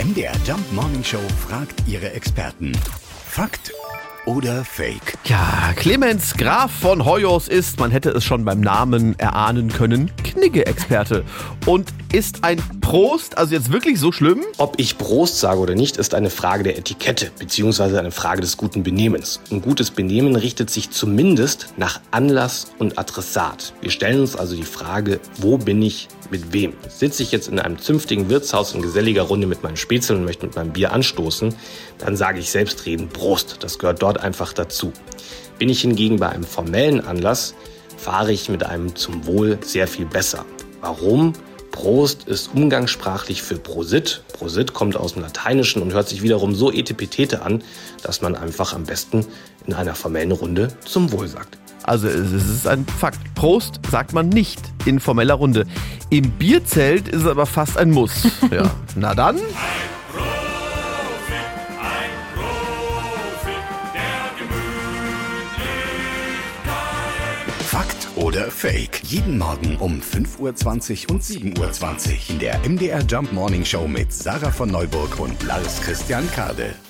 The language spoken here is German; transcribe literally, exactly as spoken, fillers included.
M D R Jump Morning Show fragt ihre Experten. Fakt oder Fake? Ja, Clemens Graf von Hoyos ist, man hätte es schon beim Namen erahnen können, Knigge-Experte. Und ist ein Prost, also jetzt wirklich so schlimm? Ob ich Prost sage oder nicht, ist eine Frage der Etikette, beziehungsweise eine Frage des guten Benehmens. Ein gutes Benehmen richtet sich zumindest nach Anlass und Adressat. Wir stellen uns also die Frage, wo bin ich mit wem? Sitze ich jetzt in einem zünftigen Wirtshaus in geselliger Runde mit meinen Spätzle und möchte mit meinem Bier anstoßen, dann sage ich selbstredend Prost, das gehört dort einfach dazu. Bin ich hingegen bei einem formellen Anlass, fahre ich mit einem zum Wohl sehr viel besser. Warum? Prost ist umgangssprachlich für Prosit. Prosit kommt aus dem Lateinischen und hört sich wiederum so etepetete an, dass man einfach am besten in einer formellen Runde zum Wohl sagt. Also es ist ein Fakt. Prost sagt man nicht in formeller Runde. Im Bierzelt ist es aber fast ein Muss. Ja. Na dann. Fakt oder Fake? Jeden Morgen um fünf Uhr zwanzig und sieben Uhr zwanzig in der M D R Jump Morning Show mit Sarah von Neuburg und Lars Christian Kade.